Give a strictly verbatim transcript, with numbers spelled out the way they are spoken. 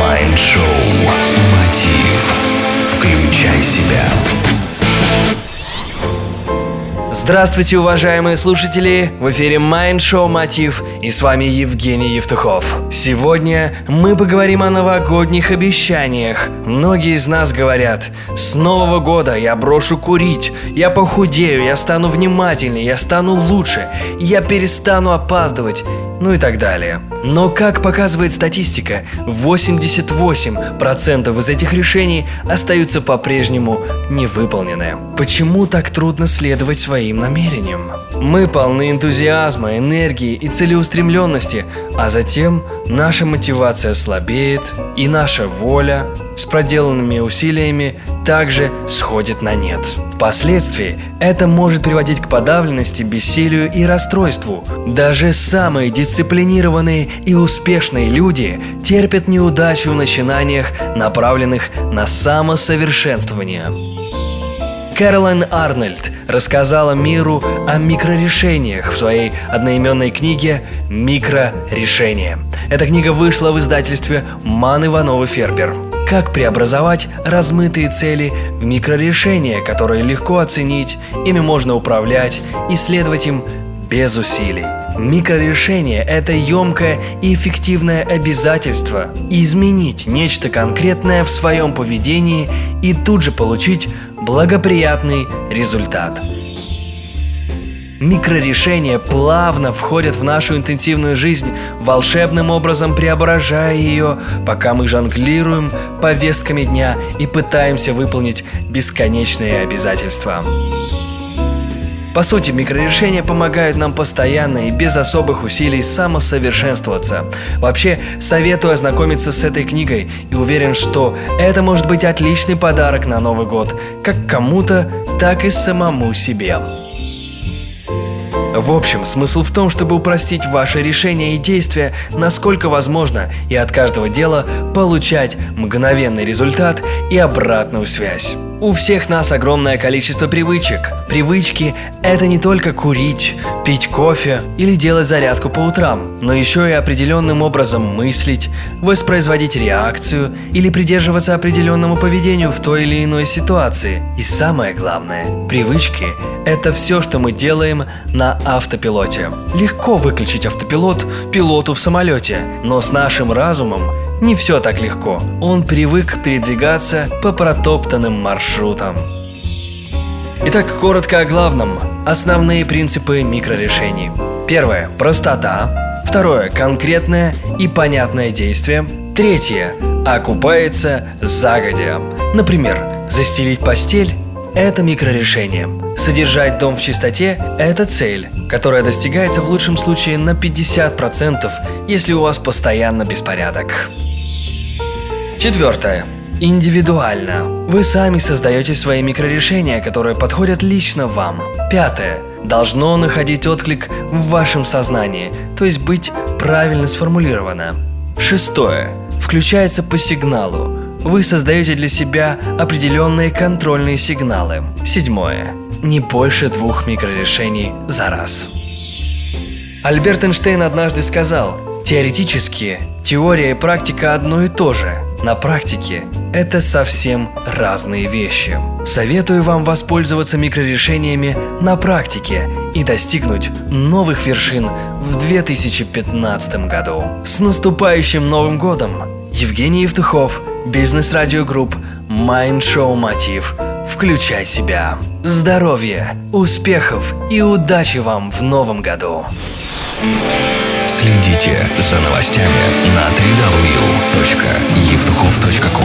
Майнд-шоу «Мотив». Включай себя. Здравствуйте, уважаемые слушатели! В эфире Майнд-шоу «Мотив» и с вами Евгений Евтухов. Сегодня мы поговорим о новогодних обещаниях. Многие из нас говорят: с Нового года я брошу курить, я похудею, я стану внимательнее, я стану лучше, я перестану опаздывать, ну и так далее. Но, как показывает статистика, восемьдесят восемь процентов из этих решений остаются по-прежнему невыполнены. Почему так трудно следовать своим намерениям? Мы полны энтузиазма, энергии и целеустремленности, а затем наша мотивация слабеет, и наша воля с проделанными усилиями также сходит на нет. Впоследствии это может приводить к подавленности, бессилию и расстройству. Даже самые дисциплинированные и успешные люди терпят неудачи в начинаниях, направленных на самосовершенствование. Кэролайн Арнольд рассказала миру о микрорешениях в своей одноименной книге «Микрорешения». Эта книга вышла в издательстве Ман, Иванов и Фербер. Как преобразовать размытые цели в микрорешения, которые легко оценить, ими можно управлять и следовать им без усилий. Микрорешение – это емкое и эффективное обязательство изменить нечто конкретное в своем поведении и тут же получить благоприятный результат. Микрорешения плавно входят в нашу интенсивную жизнь, волшебным образом преображая ее, пока мы жонглируем повестками дня и пытаемся выполнить бесконечные обязательства. По сути, микрорешения помогают нам постоянно и без особых усилий самосовершенствоваться. Вообще, советую ознакомиться с этой книгой и уверен, что это может быть отличный подарок на Новый год, как кому-то, так и самому себе. В общем, смысл в том, чтобы упростить ваши решения и действия насколько возможно и от каждого дела получать мгновенный результат и обратную связь. У всех нас огромное количество привычек. Привычки – это не только курить, пить кофе или делать зарядку по утрам, но еще и определенным образом мыслить, воспроизводить реакцию или придерживаться определенному поведению в той или иной ситуации. И самое главное, привычки – это все, что мы делаем на автопилоте. Легко выключить автопилот пилоту в самолете, но с нашим разумом не все так легко. Он привык передвигаться по протоптанным маршрутам. Итак, коротко о главном. Основные принципы микрорешений. Первое – простота. Второе – конкретное и понятное действие. Третье – окупается загодя. Например, застелить постель – это микрорешение. Содержать дом в чистоте – это цель, которая достигается в лучшем случае на пятьдесят процентов, если у вас постоянно беспорядок. Четвертое. Индивидуально. Вы сами создаете свои микрорешения, которые подходят лично вам. Пятое. Должно находить отклик в вашем сознании, то есть быть правильно сформулировано. Шестое. Включается по сигналу. Вы создаете для себя определенные контрольные сигналы. Седьмое. Не больше двух микрорешений за раз. Альберт Эйнштейн однажды сказал: теоретически теория и практика одно и то же. На практике это совсем разные вещи. Советую вам воспользоваться микрорешениями на практике и достигнуть новых вершин в две тысячи пятнадцатом году. С наступающим Новым годом! Евгений Евтухов, Бизнес Радио Групп, Майнд-шоу «Мотив». Включай себя. Здоровья, успехов и удачи вам в новом году. Следите за новостями на дабл ю дабл ю дабл ю точка евтухов точка ком.